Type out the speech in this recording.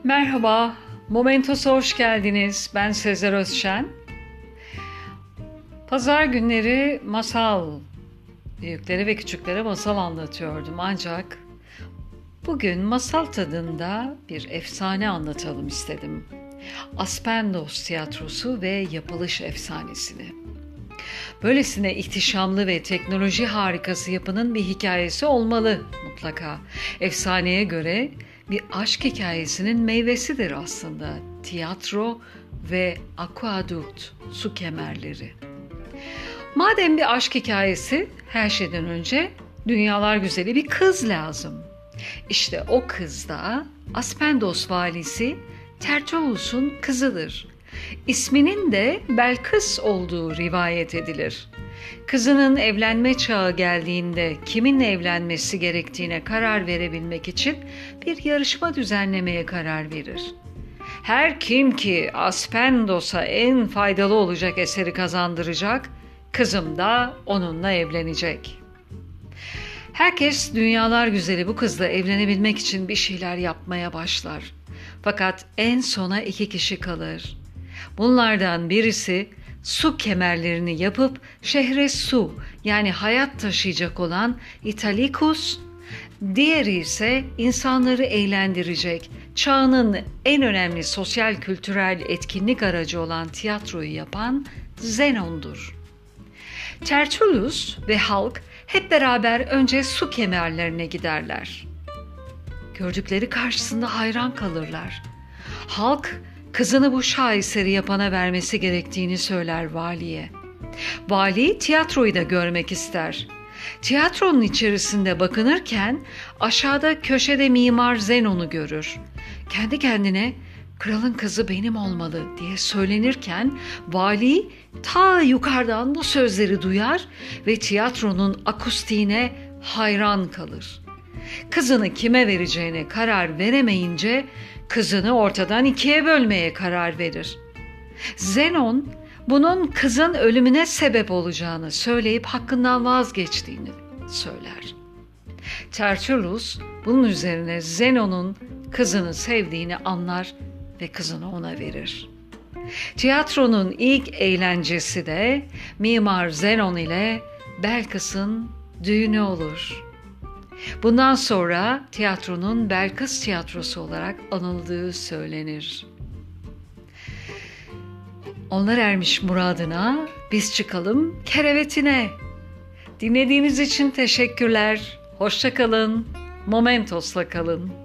Merhaba, Momentos'a hoş geldiniz. Ben Sezer Özşen. Pazar günleri büyüklere ve küçüklere masal anlatıyordum. Ancak bugün masal tadında bir efsane anlatalım istedim. Aspendos Tiyatrosu ve yapılış efsanesini. Böylesine ihtişamlı ve teknoloji harikası yapının bir hikayesi olmalı mutlaka. Efsaneye göre bir aşk hikayesinin meyvesidir aslında tiyatro ve aquaduct, su kemerleri. Madem bir aşk hikayesi, her şeyden önce dünyalar güzeli bir kız lazım. İşte o kız da Aspendos valisi Tertullus'un kızıdır. İsminin de Belkıs olduğu rivayet edilir. Kızının evlenme çağı geldiğinde kiminle evlenmesi gerektiğine karar verebilmek için bir yarışma düzenlemeye karar verir. Her kim ki Aspendos'a en faydalı olacak eseri kazandıracak, kızım da onunla evlenecek. Herkes dünyalar güzeli bu kızla evlenebilmek için bir şeyler yapmaya başlar. Fakat en sona 2 kişi kalır. Bunlardan birisi su kemerlerini yapıp şehre su yani hayat taşıyacak olan Italicus, diğeri ise insanları eğlendirecek, çağının en önemli sosyal kültürel etkinlik aracı olan tiyatroyu yapan Zenon'dur. Tertullus ve halk hep beraber önce su kemerlerine giderler. Gördükleri karşısında hayran kalırlar. Halk kızını bu şaheseri yapana vermesi gerektiğini söyler valiye. Vali tiyatroyu da görmek ister. Tiyatronun içerisinde bakınırken aşağıda köşede mimar Zenon'u görür. Kendi kendine kralın kızı benim olmalı diye söylenirken vali ta yukarıdan bu sözleri duyar ve tiyatronun akustiğine hayran kalır. Kızını kime vereceğine karar veremeyince kızını ortadan 2'ye bölmeye karar verir. Zenon bunun kızın ölümüne sebep olacağını söyleyip hakkından vazgeçtiğini söyler. Tertullus bunun üzerine Zenon'un kızını sevdiğini anlar ve kızını ona verir. Tiyatronun ilk eğlencesi de mimar Zenon ile Belkıs'ın düğünü olur. Bundan sonra tiyatronun Belkıs Tiyatrosu olarak anıldığı söylenir. Onlar ermiş muradına, biz çıkalım kerevetine. Dinlediğiniz için teşekkürler. Hoşça kalın. Momentos'la kalın.